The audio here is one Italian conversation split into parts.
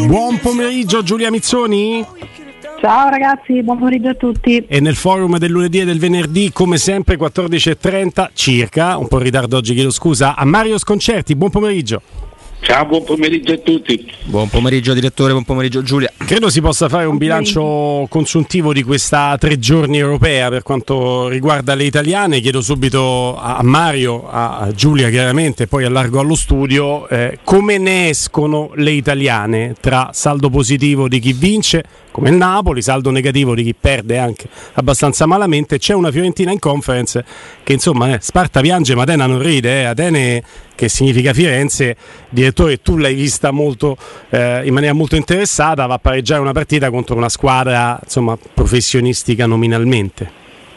Buon pomeriggio Giulia Mizzoni. Ciao ragazzi, buon pomeriggio a tutti. E nel forum del lunedì e del venerdì, come sempre, 14:30 circa, un po' in ritardo oggi, chiedo scusa, a Mario Sconcerti. Buon pomeriggio. Ciao, buon pomeriggio a tutti. Buon pomeriggio direttore, buon pomeriggio Giulia. Credo si possa fare un bilancio consuntivo di questa 3 giorni europea per quanto riguarda le italiane. Chiedo subito a Mario, a Giulia chiaramente, poi allargo allo studio, come ne escono le italiane tra saldo positivo di chi vince, come il Napoli, saldo negativo di chi perde anche abbastanza malamente. C'è una Fiorentina in Conference che insomma Sparta piange ma Atena non ride, Atene che significa Firenze. Direttore, tu l'hai vista molto in maniera molto interessata, va a pareggiare una partita contro una squadra insomma professionistica nominalmente.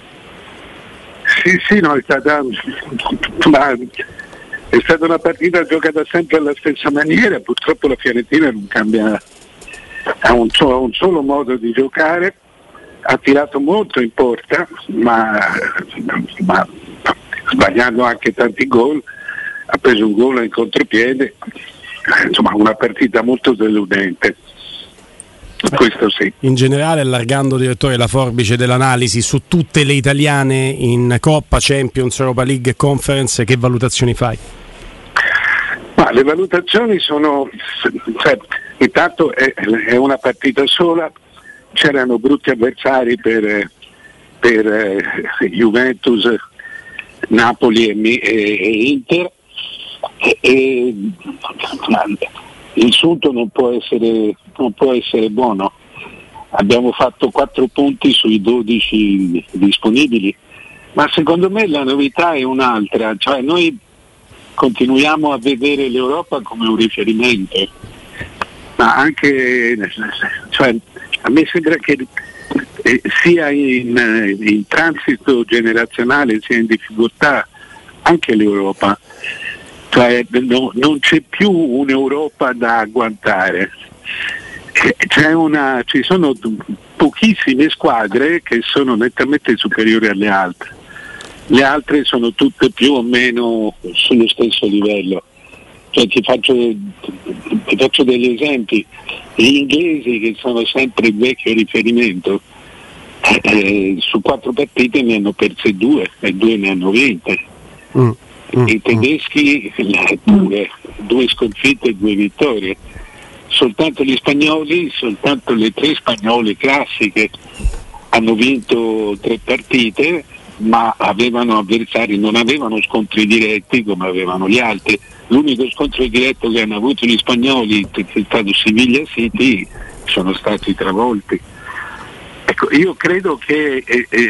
Sì, no, è stata una partita giocata sempre alla stessa maniera. Purtroppo la Fiorentina non cambia, ha un solo modo di giocare, ha tirato molto in porta ma sbagliando anche tanti gol, ha preso un gol in contropiede, insomma una partita molto deludente. Questo sì. In generale, allargando direttore la forbice dell'analisi su tutte le italiane in Coppa, Champions, Europa League e Conference, che valutazioni fai? Ma le valutazioni sono, intanto è una partita sola, c'erano brutti avversari per Juventus, Napoli e Inter, e il sunto non può essere buono. Abbiamo fatto 4 punti sui 12 disponibili, ma secondo me la novità è un'altra, cioè noi continuiamo a vedere l'Europa come un riferimento, ma anche, cioè, a me sembra che sia in transito generazionale sia in difficoltà anche l'Europa, cioè non c'è più un'Europa da agguantare, ci sono pochissime squadre che sono nettamente superiori alle altre, le altre sono tutte più o meno sullo stesso livello. Cioè, ti faccio degli esempi. Gli inglesi, che sono sempre il vecchio riferimento, su 4 partite ne hanno perse 2 e 2 ne hanno vinte. I tedeschi pure 2 sconfitte e 2 vittorie. Soltanto gli spagnoli, soltanto le 3 spagnole classiche hanno vinto 3 partite, ma avevano avversari, non avevano scontri diretti come avevano gli altri. L'unico scontro diretto che hanno avuto gli spagnoli è stato Siviglia City, sono stati travolti. Ecco, io credo che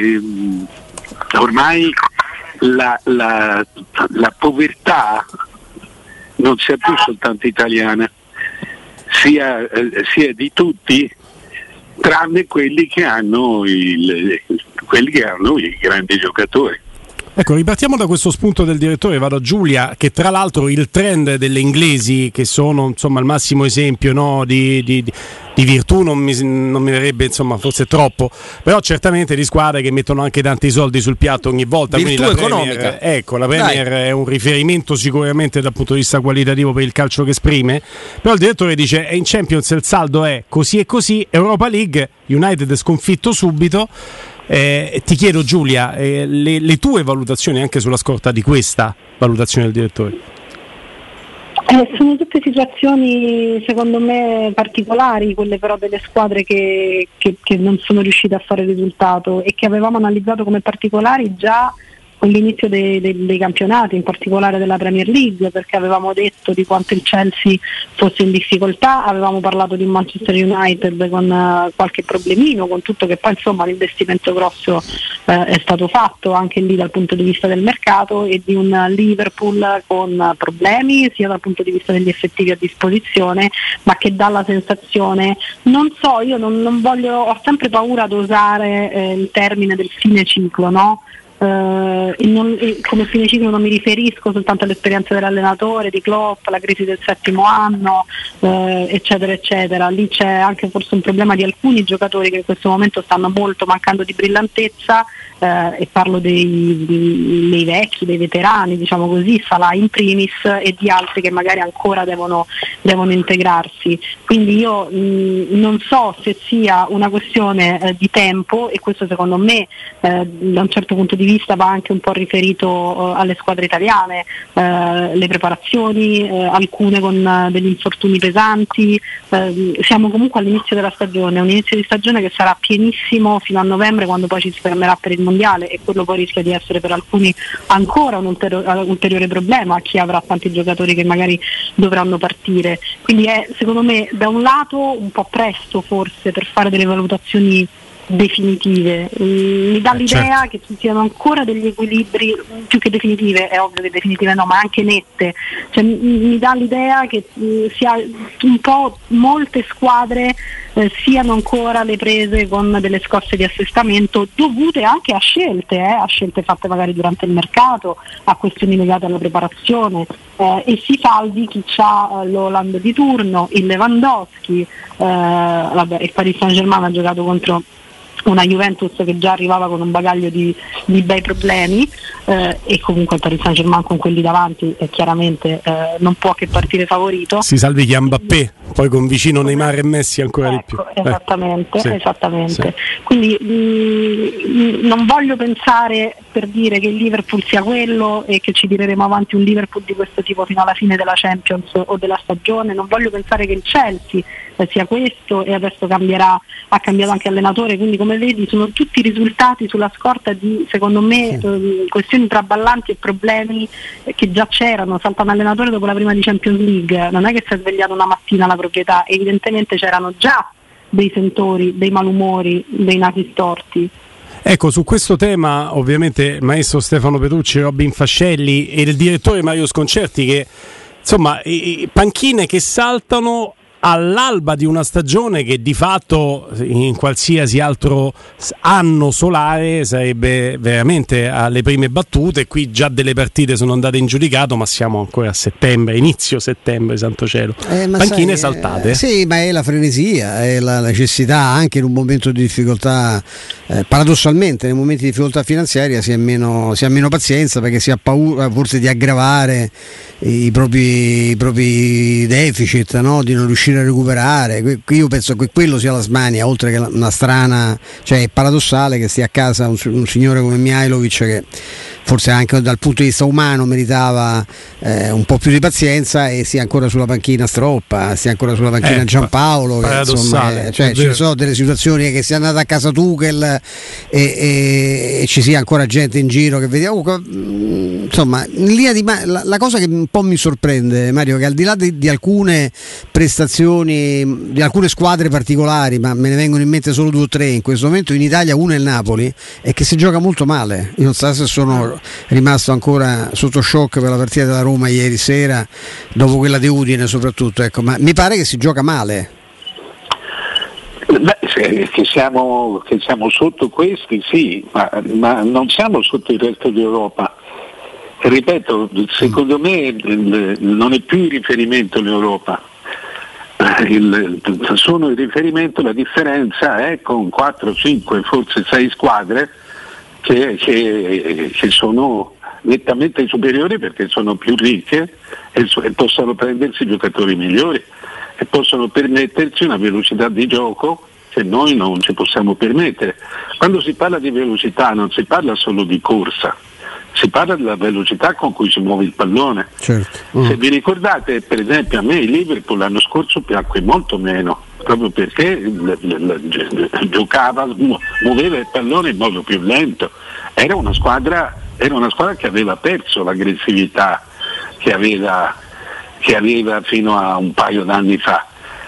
ormai la povertà non sia più soltanto italiana, sia di tutti, tranne quelli che hanno i grandi giocatori. Ecco, ripartiamo da questo spunto del direttore, vado a Giulia, che tra l'altro il trend delle inglesi, che sono insomma il massimo esempio, no, di virtù, non mi verrebbe insomma forse troppo, però certamente di squadre che mettono anche tanti soldi sul piatto ogni volta. Virtù quindi economica. La Premier è un riferimento sicuramente dal punto di vista qualitativo per il calcio che esprime, però il direttore dice in Champions il saldo è così e così, Europa League United sconfitto subito. Ti chiedo Giulia, le tue valutazioni anche sulla scorta di questa valutazione del direttore. Sono tutte situazioni secondo me particolari, quelle però delle squadre che non sono riuscite a fare risultato e che avevamo analizzato come particolari già con l'inizio dei campionati, in particolare della Premier League, perché avevamo detto di quanto il Chelsea fosse in difficoltà, avevamo parlato di Manchester United con qualche problemino, con tutto che poi insomma l'investimento grosso è stato fatto anche lì dal punto di vista del mercato, e di un Liverpool con problemi sia dal punto di vista degli effettivi a disposizione, ma che dà la sensazione, non so, io non voglio, ho sempre paura ad usare il termine del fine ciclo, no? Come fine ciclo non mi riferisco soltanto all'esperienza dell'allenatore, di Klopp, la crisi del 7° anno, eccetera eccetera. Lì c'è anche forse un problema di alcuni giocatori che in questo momento stanno molto mancando di brillantezza, e parlo dei vecchi, dei veterani, diciamo così, Salah in primis, e di altri che magari ancora devono integrarsi. Quindi io non so se sia una questione di tempo, e questo secondo me da un certo punto di vista va anche un po' riferito alle squadre italiane, le preparazioni, alcune con degli infortuni pesanti, siamo comunque all'inizio della stagione, un inizio di stagione che sarà pienissimo fino a novembre, quando poi ci si fermerà per il mondiale, e quello poi rischia di essere per alcuni ancora un ulteriore problema, a chi avrà tanti giocatori che magari dovranno partire. Quindi è, secondo me, da un lato un po' presto forse per fare delle valutazioni definitive, mi dà l'idea che ci siano ancora degli equilibri, più che definitive, è ovvio che definitive no, ma anche nette, cioè, mi dà l'idea che sia un po' molte squadre siano ancora alle prese con delle scosse di assestamento dovute anche a scelte fatte magari durante il mercato, a questioni legate alla preparazione, e si salvi chi c'ha l'Haaland di turno, il Lewandowski, il Paris Saint-Germain ha giocato contro una Juventus che già arrivava con un bagaglio di bei problemi, e comunque il Paris Saint-Germain con quelli davanti chiaramente non può che partire favorito. Si salvi chi Mbappé, poi con vicino Neymar e Messi ancora di più. Esattamente. Sì. Quindi non voglio pensare, per dire, che il Liverpool sia quello e che ci tireremo avanti un Liverpool di questo tipo fino alla fine della Champions o della stagione, non voglio pensare che il Chelsea sia questo, e adesso ha cambiato anche allenatore, quindi come vedi sono tutti risultati sulla scorta di, secondo me, questioni traballanti e problemi che già c'erano. Salta un allenatore dopo la prima di Champions League, non è che si è svegliato una mattina la proprietà, evidentemente c'erano già dei sentori, dei malumori, dei nasi storti. Ecco, su questo tema ovviamente il maestro Stefano Petrucci, Robin Fascelli e il direttore Mario Sconcerti, che insomma panchine che saltano all'alba di una stagione che di fatto in qualsiasi altro anno solare sarebbe veramente alle prime battute. Qui già delle partite sono andate in giudicato, ma siamo ancora a settembre, inizio settembre, santo cielo. Panchine saltate. Sì, ma è la frenesia, è la necessità anche in un momento di difficoltà, paradossalmente nei momenti di difficoltà finanziaria si ha meno pazienza, perché si ha paura forse di aggravare i propri deficit, no? Di non riuscire a recuperare. Io penso che quello sia la smania, oltre che una strana, cioè è paradossale che stia a casa un signore come Mihajlovic, che forse anche dal punto di vista umano meritava un po' più di pazienza, e sia ancora sulla panchina Stroppa, sia ancora sulla panchina Giampaolo, che insomma, cioè, ci sono delle situazioni che sia andata a casa Tuchel e ci sia ancora gente in giro che vediamo, insomma, in linea di la cosa che un po' mi sorprende, Mario, che al di là di alcune prestazioni di alcune squadre particolari, ma me ne vengono in mente solo 2 o 3 in questo momento in Italia, una è il Napoli, è che si gioca molto male. Io non so se sono rimasto ancora sotto shock per la partita della Roma ieri sera, dopo quella di Udine soprattutto, ecco, ma mi pare che si gioca male. Che siamo sotto questi, sì, ma non siamo sotto il resto d'Europa. Ripeto, secondo me non è più il riferimento l'Europa. Sono il riferimento, la differenza è con 4, 5, forse 6 squadre che sono nettamente superiori, perché sono più ricche e possono prendersi giocatori migliori e possono permettersi una velocità di gioco che noi non ci possiamo permettere. Quando si parla di velocità non si parla solo di corsa, si parla della velocità con cui si muove il pallone. Certo. Se vi ricordate, per esempio, a me il Liverpool l'anno scorso piacque molto meno, proprio perché giocava, muoveva il pallone in modo più lento. Era una squadra che aveva perso l'aggressività che aveva fino a un paio d'anni fa.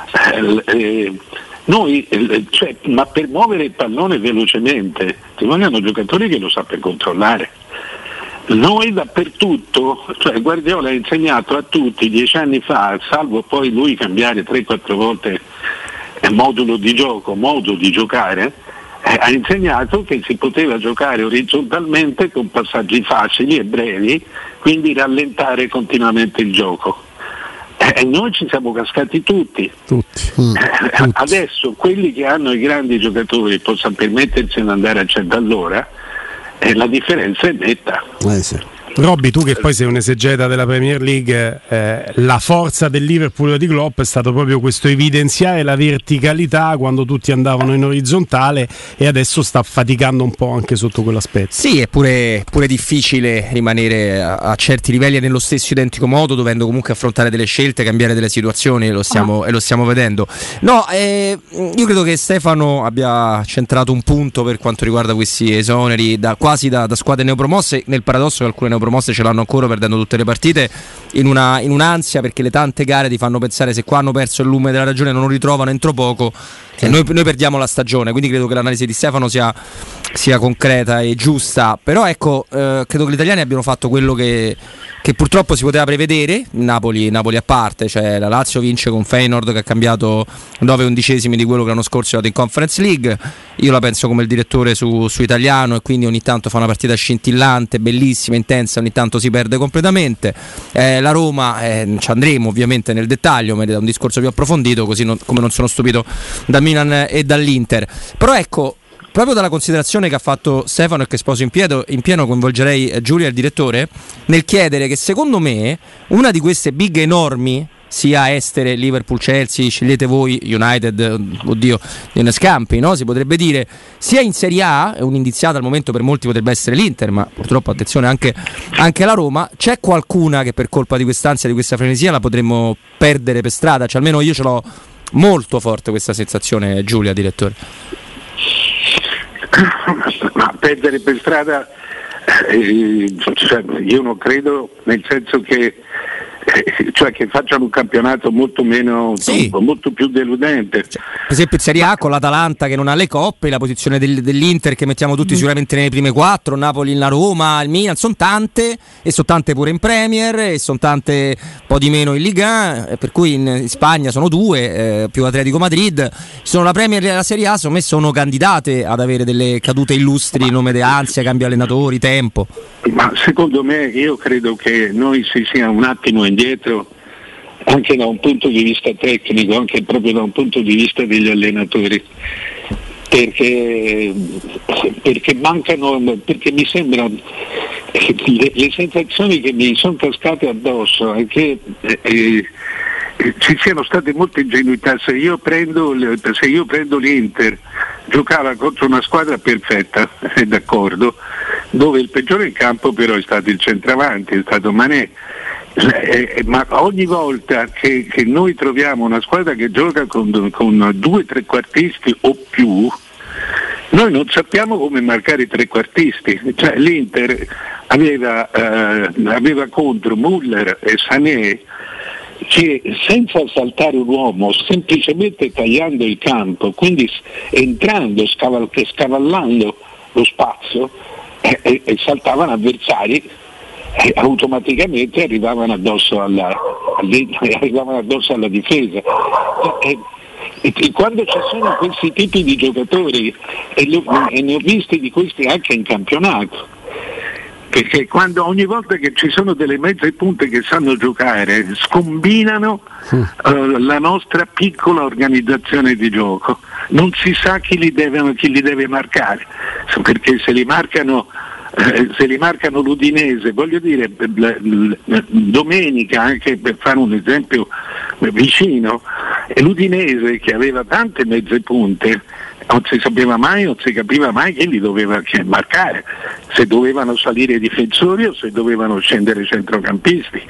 Ma per muovere il pallone velocemente ti vogliono giocatori che lo sappiano controllare. Noi dappertutto, cioè Guardiola ha insegnato a tutti 10 anni fa, salvo poi lui cambiare 3-4 volte modulo di gioco, modo di giocare, ha insegnato che si poteva giocare orizzontalmente con passaggi facili e brevi, quindi rallentare continuamente il gioco. E noi ci siamo cascati tutti. Adesso quelli che hanno i grandi giocatori possono permettersi di andare a 100 all'ora, la differenza è netta. Sì. Robby, tu che poi sei un esegeta della Premier League, la forza del Liverpool di Klopp è stato proprio questo evidenziare la verticalità quando tutti andavano in orizzontale, e adesso sta faticando un po' anche sotto quell'aspetto. Sì, è pure difficile rimanere a certi livelli nello stesso identico modo, dovendo comunque affrontare delle scelte, cambiare delle situazioni, e lo stiamo vedendo. No, io credo che Stefano abbia centrato un punto per quanto riguarda questi esoneri quasi da squadre neopromosse, nel paradosso che alcune neopromosse ce l'hanno ancora perdendo tutte le partite, in un'ansia, perché le tante gare ti fanno pensare se qua hanno perso il lume della ragione non lo ritrovano entro poco, e noi perdiamo la stagione. Quindi credo che l'analisi di Stefano sia concreta e giusta, però ecco, credo che gli italiani abbiano fatto quello che purtroppo si poteva prevedere. Napoli a parte, cioè la Lazio vince con Feyenoord che ha cambiato 9/11 di quello che l'anno scorso è andato in Conference League. Io la penso come il direttore su Italiano, e quindi ogni tanto fa una partita scintillante, bellissima, intensa, ogni tanto si perde completamente. La Roma, ci andremo ovviamente nel dettaglio, merita un discorso più approfondito, così come non sono stupito da Milan e dall'Inter. Però ecco, proprio dalla considerazione che ha fatto Stefano e che sposo in pieno, coinvolgerei Giulia, il direttore, nel chiedere che secondo me una di queste big enormi, sia estere, Liverpool, Chelsea, scegliete voi, United, oddio, ne scampi, no? Si potrebbe dire, sia in Serie A, è un'indiziata al momento per molti potrebbe essere l'Inter, ma purtroppo attenzione anche la Roma. C'è qualcuna che per colpa di quest'ansia, di questa frenesia, la potremmo perdere per strada? Cioè almeno io ce l'ho molto forte questa sensazione, Giulia, direttore. Ma perdere per strada, io non credo, nel senso che che facciano un campionato molto meno, molto più deludente. Per esempio in Serie A con l'Atalanta che non ha le coppe, la posizione dell'Inter che mettiamo tutti sicuramente nelle prime 4, Napoli, la Roma, il Milan, sono tante, e sono tante pure in Premier, e sono tante un po' di meno in Liga, per cui in Spagna sono 2, più Atletico Madrid. Sono la Premier e la Serie A, secondo me sono candidate ad avere delle cadute illustri, nome di ansia, cambio allenatori, tempo. Ma secondo me, io credo che noi si sia un attimo indietro anche da un punto di vista tecnico, anche proprio da un punto di vista degli allenatori, perché mancano, perché mi sembra le sensazioni che mi sono cascate addosso è che ci siano state molte ingenuità. Se io prendo l'Inter, giocava contro una squadra perfetta, è d'accordo, dove il peggiore in campo però è stato il centravanti, è stato Mané. Ma ogni volta che noi troviamo una squadra che gioca con 2 trequartisti o più, noi non sappiamo come marcare i trequartisti. Cioè, l'Inter aveva contro Müller e Sané che senza saltare un uomo, semplicemente tagliando il campo, quindi entrando, scavallando lo spazio, e saltavano avversari, automaticamente arrivavano addosso alla difesa. E quando ci sono questi tipi di giocatori, e ne ho visti di questi anche in campionato, perché ogni volta che ci sono delle mezze punte che sanno giocare, scombinano la nostra piccola organizzazione di gioco. Non si sa chi li deve marcare, perché se li marcano l'Udinese, voglio dire, domenica, anche per fare un esempio vicino, l'Udinese che aveva tante mezze punte, non si sapeva mai, non si capiva mai chi li doveva marcare, se dovevano salire i difensori o se dovevano scendere i centrocampisti.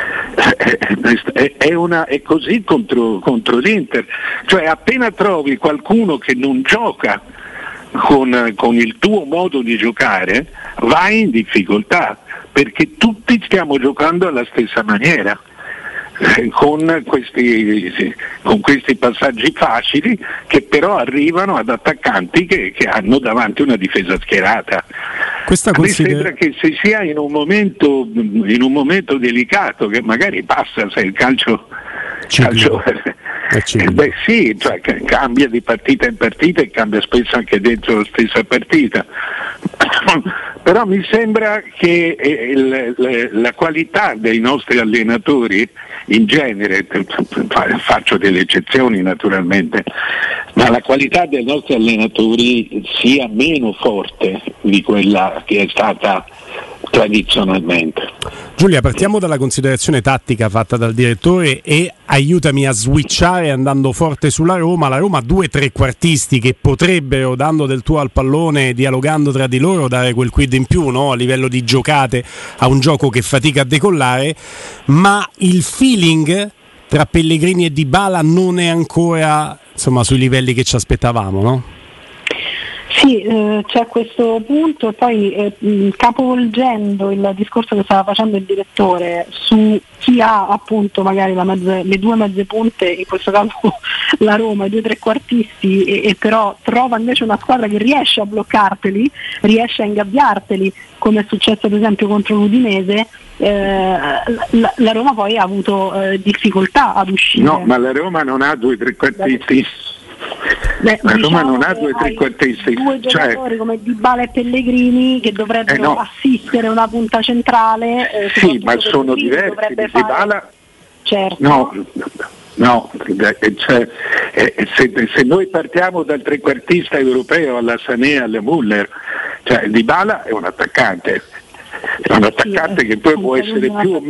È così contro l'Inter, cioè appena trovi qualcuno che non gioca con il tuo modo di giocare, vai in difficoltà, perché tutti stiamo giocando alla stessa maniera, con questi passaggi facili che però arrivano ad attaccanti che hanno davanti una difesa schierata. Mi sembra che si sia in un momento delicato, che magari passa, se il calcio sì, cioè cambia di partita in partita e cambia spesso anche dentro la stessa partita, Però mi sembra che la qualità dei nostri allenatori in genere, faccio delle eccezioni naturalmente, ma la qualità dei nostri allenatori sia meno forte di quella che è stata tradizionalmente. Giulia, partiamo dalla considerazione tattica fatta dal direttore e aiutami a switchare andando forte sulla Roma. La Roma ha 2 trequartisti che potrebbero, dando del tuo al pallone, dialogando tra di loro, dare quel quid in più, no? A livello di giocate a un gioco che fatica a decollare, ma il feeling tra Pellegrini e Dybala non è ancora, insomma, sui livelli che ci aspettavamo, no? Sì, c'è questo punto, e poi capovolgendo il discorso che stava facendo il direttore su chi ha appunto magari le 2 mezze punte, in questo caso la Roma, i 2 trequartisti, e però trova invece una squadra che riesce a bloccarteli, riesce a ingabbiarteli, come è successo ad esempio contro l'Udinese. La Roma poi ha avuto difficoltà ad uscire. No, ma la Roma non ha 2 trequartisti. La Roma non ha 2 trequartisti, 2 giocatori come Dybala e Pellegrini che dovrebbero assistere una punta centrale. Sì, ma sono diversi. Dybala, certo. No, cioè, se noi partiamo dal trequartista europeo alla Sané, alla Müller, cioè Dybala è un attaccante che poi può essere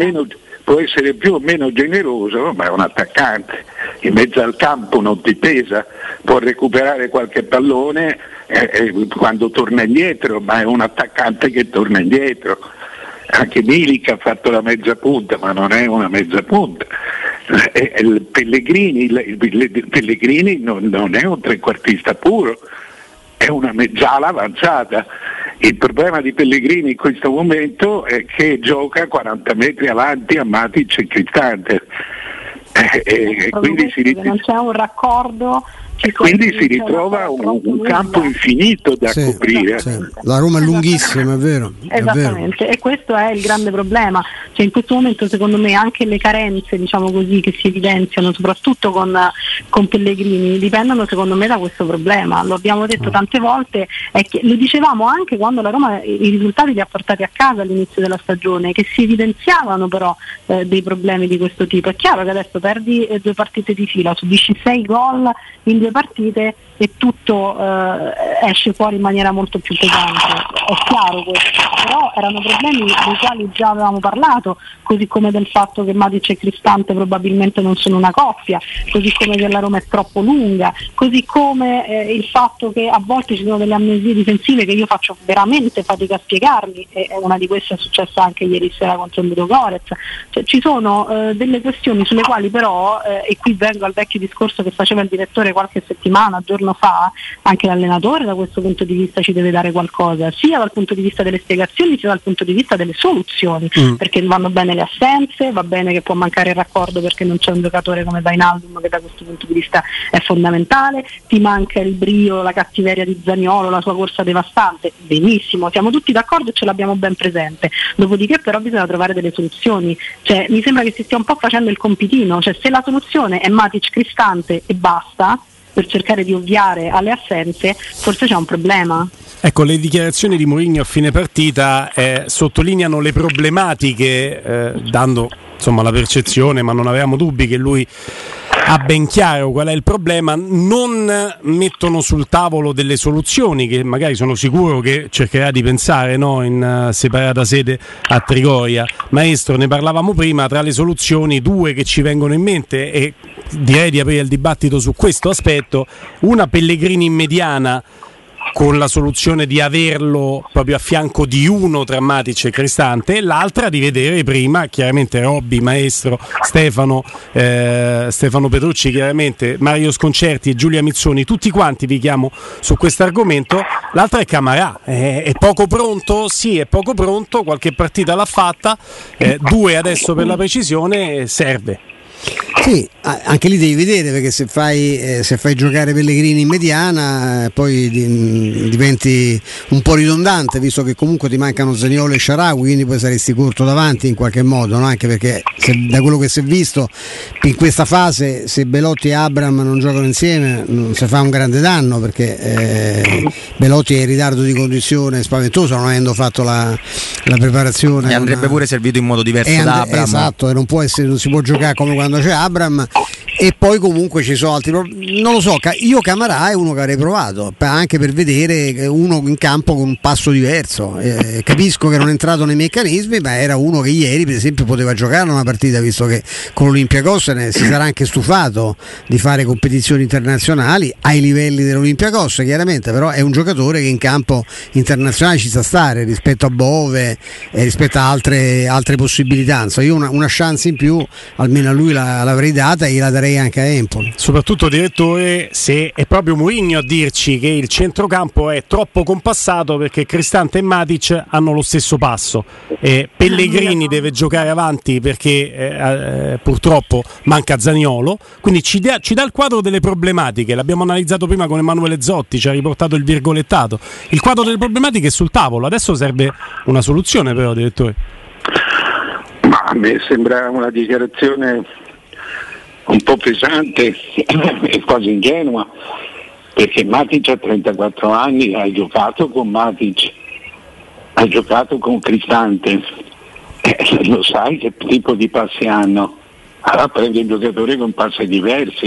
più o meno generoso, ma è un attaccante. In mezzo al campo non ti pesa, può recuperare qualche pallone quando torna indietro, ma è un attaccante che torna indietro. Anche Milik ha fatto la mezza punta, ma non è una mezza punta. Pellegrini non è un trequartista puro, è una mezzala avanzata. Il problema di Pellegrini in questo momento è che gioca 40 metri avanti a Matic e Cristante, quindi non c'è un raccordo. E quindi si ritrova un campo infinito da coprire. La Roma è lunghissima, è vero. Esattamente, e questo è il grande problema. Cioè, in questo momento secondo me anche le carenze, diciamo così, che si evidenziano soprattutto con Pellegrini dipendono secondo me da questo problema. Lo abbiamo detto tante volte, lo dicevamo anche quando la Roma i risultati li ha portati a casa all'inizio della stagione, che si evidenziavano però dei problemi di questo tipo. È chiaro che adesso perdi 2 partite di fila, subisci 6 gol in 2 partite e tutto esce fuori in maniera molto più pesante, è chiaro questo, però erano problemi dei quali già avevamo parlato, così come del fatto che Matic e Cristante probabilmente non sono una coppia, così come che la Roma è troppo lunga, così come il fatto che a volte ci sono delle amnesie difensive che io faccio veramente fatica a spiegarmi, e una di queste è successa anche ieri sera contro il Ludogorets. Cioè, ci sono delle questioni sulle quali però, e qui vengo al vecchio discorso che faceva il direttore qualche settimana, giorno fa, anche l'allenatore da questo punto di vista ci deve dare qualcosa, sia dal punto di vista delle spiegazioni sia dal punto di vista delle soluzioni, perché vanno bene le assenze, va bene che può mancare il raccordo perché non c'è un giocatore come Wijnaldum che da questo punto di vista è fondamentale, ti manca il brio, la cattiveria di Zaniolo, la sua corsa devastante, benissimo, siamo tutti d'accordo e ce l'abbiamo ben presente, dopodiché però bisogna trovare delle soluzioni. Cioè, mi sembra che si stia un po' facendo il compitino, cioè se la soluzione è Matic, Cristante e basta, per cercare di ovviare alle assenze, forse c'è un problema. Ecco, le dichiarazioni di Mourinho a fine partita sottolineano le problematiche, dando insomma la percezione, ma non avevamo dubbi che lui ha ben chiaro qual è il problema, non mettono sul tavolo delle soluzioni che magari sono sicuro che cercherà di pensare, no, in separata sede a Trigoria. Maestro, ne parlavamo prima, tra le soluzioni 2 che ci vengono in mente, e direi di aprire il dibattito su questo aspetto: una Pellegrini in mediana, con la soluzione di averlo proprio a fianco di uno tra Matic e Cristante, e l'altra di vedere prima chiaramente Robby, Maestro, Stefano Petrucci, chiaramente Mario Sconcerti e Giulia Mizzoni, tutti quanti vi chiamo su questo argomento. L'altra è Camarà, è poco pronto? Sì, è poco pronto, qualche partita l'ha fatta, 2 adesso per la precisione, serve. Sì, anche lì devi vedere, perché se fai giocare Pellegrini in mediana poi diventi un po' ridondante, visto che comunque ti mancano Zaniolo e Shaarawy, quindi poi saresti corto davanti in qualche modo, no? Anche perché da quello che si è visto in questa fase, se Belotti e Abraham non giocano insieme non si fa un grande danno, perché Belotti è in ritardo di condizione spaventoso, non avendo fatto la preparazione, e andrebbe pure servito in modo diverso da Abraham. Esatto, e non si può giocare come quando c'è Abraham. E poi comunque ci sono altri, non lo so, io Camarà è uno che avrei provato, anche per vedere uno in campo con un passo diverso. Capisco che non è entrato nei meccanismi, ma era uno che ieri per esempio poteva giocare una partita, visto che con l'Olympiakos si sarà anche stufato di fare competizioni internazionali ai livelli dell'Olympiakos, chiaramente, però è un giocatore che in campo internazionale ci sa stare rispetto a Bove e rispetto a altre possibilità. Insomma, io una chance in più almeno a lui l'avrei data e gliela darei anche a Empoli. Soprattutto, direttore, se è proprio Mourinho a dirci che il centrocampo è troppo compassato, perché Cristante e Matic hanno lo stesso passo, Pellegrini deve giocare avanti perché purtroppo manca Zaniolo, quindi ci dà il quadro delle problematiche. L'abbiamo analizzato prima con Emanuele Zotti, ci ha riportato il virgolettato. Il quadro delle problematiche è sul tavolo, adesso serve una soluzione, però, direttore. Ma a me sembra una dichiarazione un po' pesante e quasi ingenua, perché Matic ha 34 anni, hai giocato con Matic, hai giocato con Cristante, lo sai che tipo di passi hanno, allora prendi un giocatore con passi diversi,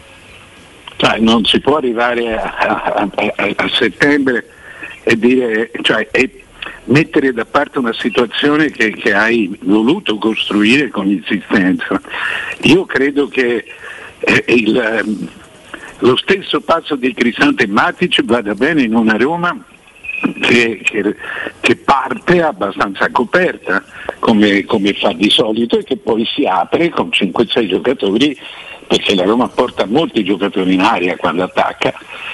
cioè non si può arrivare a settembre e dire, mettere da parte una situazione che hai voluto costruire con insistenza. Io credo che lo stesso passo di Cristante e Matic vada bene in una Roma che parte abbastanza coperta come fa di solito, e che poi si apre con 5-6 giocatori, perché la Roma porta molti giocatori in aria quando attacca.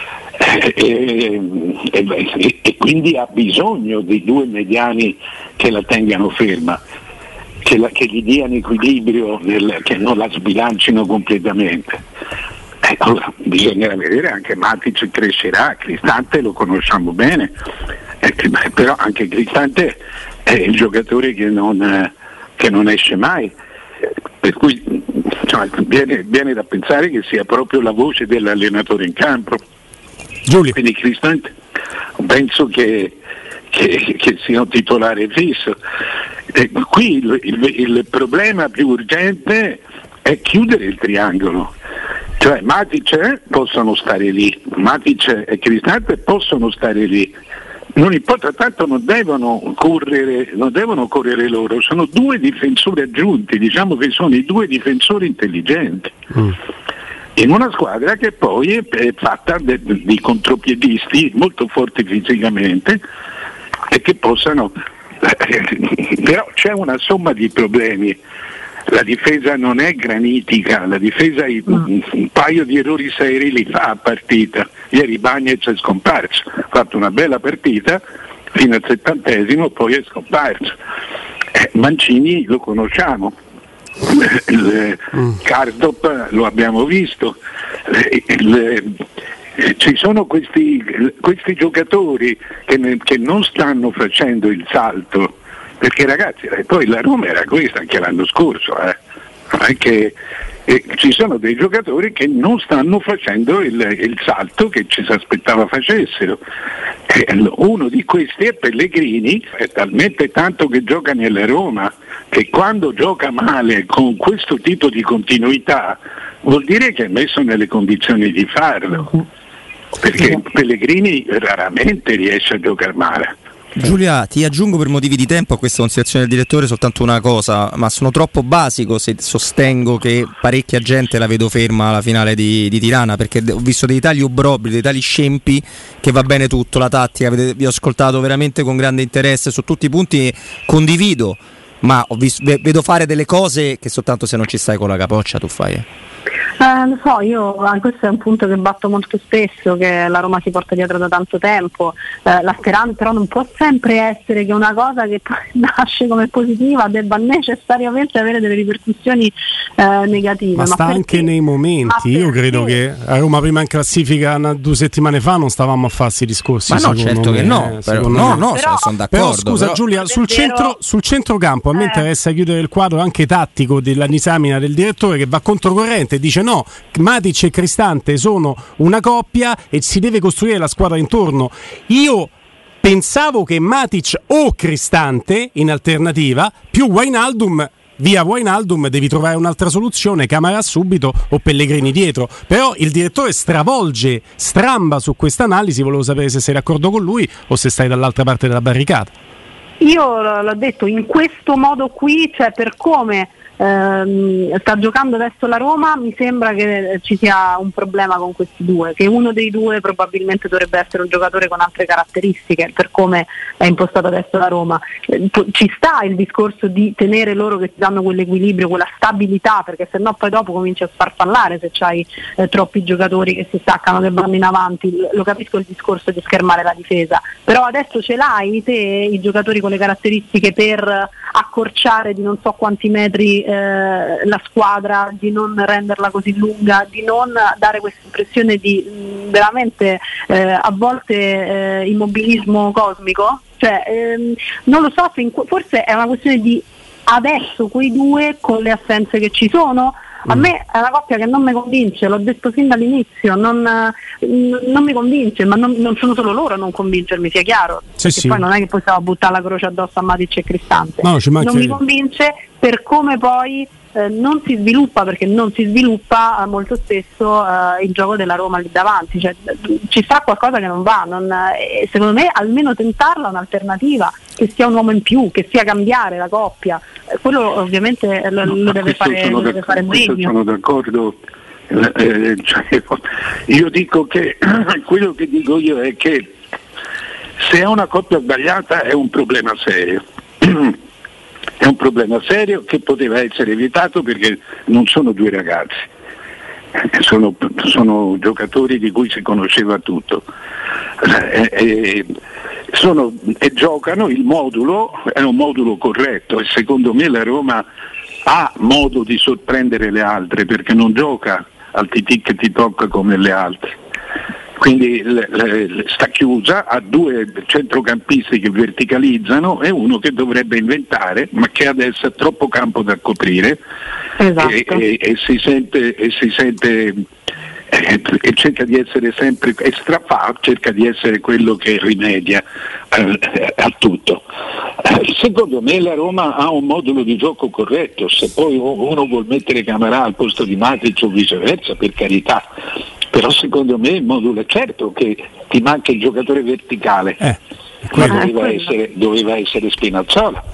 E quindi ha bisogno di due mediani che la tengano ferma, che gli diano equilibrio, che non la sbilancino completamente. Allora, bisognerà vedere, anche Matic crescerà, Cristante lo conosciamo bene, però anche Cristante è il giocatore che non esce mai, per cui viene da pensare che sia proprio la voce dell'allenatore in campo. Giulio. Quindi Cristante penso che sia un titolare fisso. Qui il problema più urgente è chiudere il triangolo, cioè Matic possono stare lì, Matic e Cristante possono stare lì, non importa, tanto non devono correre loro, sono due difensori aggiunti, diciamo che sono i due difensori intelligenti. In una squadra che poi è fatta di contropiedisti molto forti fisicamente e che possano però c'è una somma di problemi. La difesa non è granitica, la difesa un paio di errori seri li fa a partita. Ieri Bagnez è scomparso, ha fatto una bella partita fino al 70°, poi è scomparso. Mancini lo conosciamo, Karsdorp lo abbiamo visto, ci sono questi giocatori che non stanno facendo il salto, perché ragazzi, poi la Roma era questa anche l'anno scorso, ci sono dei giocatori che non stanno facendo il salto che ci si aspettava facessero. Uno di questi è Pellegrini, è talmente tanto che gioca nella Roma che quando gioca male con questo tipo di continuità vuol dire che è messo nelle condizioni di farlo, perché Pellegrini raramente riesce a giocare male. Giulia, ti aggiungo per motivi di tempo a questa considerazione del direttore soltanto una cosa, ma sono troppo basico se sostengo che parecchia gente la vedo ferma alla finale di Tirana, perché ho visto dei tali obbrobri, dei tali scempi che va bene tutto, la tattica, vi ho ascoltato veramente con grande interesse su tutti i punti, condivido, ma vedo fare delle cose che soltanto se non ci stai con la capoccia tu fai. Lo so, questo è un punto che batto molto spesso, che la Roma si porta dietro da tanto tempo. La speranza però non può sempre essere che una cosa che nasce come positiva debba necessariamente avere delle ripercussioni negative. Ma sta anche nei momenti. Io credo che a Roma prima in classifica 2 settimane fa non stavamo a fare questi discorsi. Ma no, certo che no. No, sono d'accordo. Però scusa Giulia, sul centrocampo a me interessa chiudere il quadro anche tattico della disamina del direttore, che va controcorrente e dice no, Matic e Cristante sono una coppia e si deve costruire la squadra intorno. Io pensavo che Matic o Cristante in alternativa più Wijnaldum. Via Wijnaldum devi trovare un'altra soluzione, Camara subito o Pellegrini dietro. Però il direttore stramba su questa analisi. Volevo sapere se sei d'accordo con lui o se stai dall'altra parte della barricata. Io l'ho detto in questo modo qui, cioè per come sta giocando adesso la Roma, mi sembra che ci sia un problema con questi due, che uno dei due probabilmente dovrebbe essere un giocatore con altre caratteristiche per come è impostata adesso la Roma. Ci sta il discorso di tenere loro che ti danno quell'equilibrio, quella stabilità, perché sennò poi dopo cominci a sfarfallare se c'hai troppi giocatori che si staccano, che vanno in avanti. Lo capisco il discorso di schermare la difesa, però adesso ce l'hai te i giocatori con le caratteristiche per accorciare di non so quanti metri la squadra, di non renderla così lunga, di non dare questa impressione di veramente a volte immobilismo cosmico. Non lo so, forse è una questione di adesso quei due con le assenze che ci sono. A me è una coppia che non mi convince, l'ho detto fin dall'inizio, non mi convince, ma non sono solo loro a non convincermi, sia chiaro, perché poi non è che possiamo buttare la croce addosso a Matic e Cristante. Non mi convince per come poi non si sviluppa, perché non si sviluppa molto spesso il gioco della Roma lì davanti, cioè, ci sta qualcosa che non va, secondo me almeno tentarla un'alternativa, che sia un uomo in più, che sia cambiare la coppia, quello ovviamente lo deve fare Mourinho. Sono d'accordo, io dico che quello che dico io è che se è una coppia sbagliata è un problema serio. È un problema serio che poteva essere evitato, perché non sono due ragazzi, sono giocatori di cui si conosceva tutto e giocano, il modulo è un modulo corretto e secondo me la Roma ha modo di sorprendere le altre, perché non gioca al titì che ti tocca come le altre. Quindi sta chiusa, ha due centrocampisti che verticalizzano e uno che dovrebbe inventare, ma che adesso ha troppo campo da coprire. Esatto. e si sente e cerca di essere sempre cerca di essere quello che rimedia a tutto. Secondo me la Roma ha un modulo di gioco corretto, se poi uno vuol mettere Camara al posto di Matic o viceversa, per carità, però secondo me il modulo è certo che ti manca il giocatore verticale, ma doveva essere Spinazzola.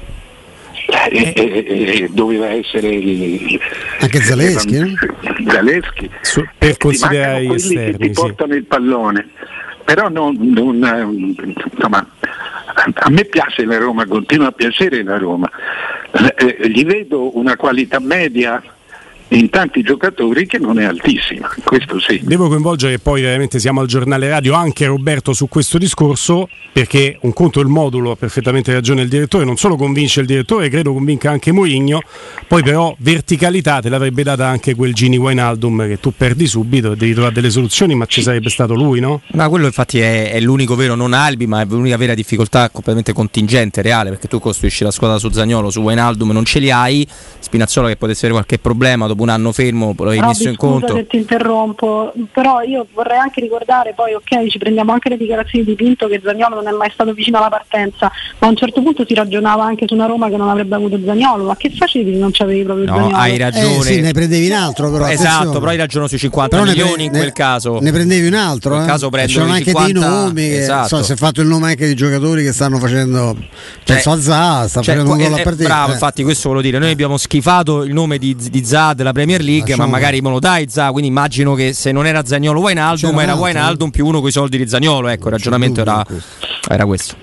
Doveva essere anche Zaleschi per considerare gli esterni che ti portano il pallone, però insomma, a me piace la Roma, continua a piacere la Roma, gli vedo una qualità media in tanti giocatori che non è altissima, questo sì. Devo coinvolgere, poi veramente siamo al giornale radio, anche Roberto su questo discorso, perché un conto il modulo, ha perfettamente ragione il direttore, non solo convince il direttore, credo convinca anche Mourinho, poi però verticalità te l'avrebbe data anche quel Gini Wijnaldum, che tu perdi subito e devi trovare delle soluzioni, ma ci sarebbe stato lui, no? Ma quello infatti è l'unico vero non Albi, ma è l'unica vera difficoltà completamente contingente, reale, perché tu costruisci la squadra su Zaniolo, su Wijnaldum non ce li hai, Spinazzola che potesse avere qualche problema dopo un anno fermo, l'hai messo in conto. Scusa se ti interrompo, però io vorrei anche ricordare, poi ok, ci prendiamo anche le dichiarazioni di Pinto che Zaniolo non è mai stato vicino alla partenza, ma a un certo punto si ragionava anche su una Roma che non avrebbe avuto Zaniolo, ma che facevi se non c'avevi proprio Zaniolo? Hai ragione. Sì, ne prendevi un altro però. Esatto, però hai ragione sui 50 però milioni in quel caso. Ne prendevi un altro, in quel caso c'erano anche 50, dei nomi, esatto. Si è fatto il nome anche di giocatori che stanno facendo, penso a Zaha, sta facendo un gol a partita. Bravo, infatti questo volevo dire, noi abbiamo schifato il nome di Zaha della Premier League, ma magari me lo dai Zaha, quindi immagino che se non era Zaniolo Wijnaldum, era Wijnaldum più uno coi soldi di Zaniolo, ecco, il ragionamento era questo.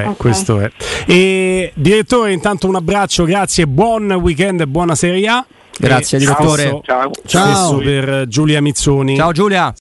Questo è. E direttore, intanto un abbraccio, grazie, buon weekend e buona Serie A. Grazie direttore. Ciao. Stesso per Giulia Mizzoni. Ciao Giulia.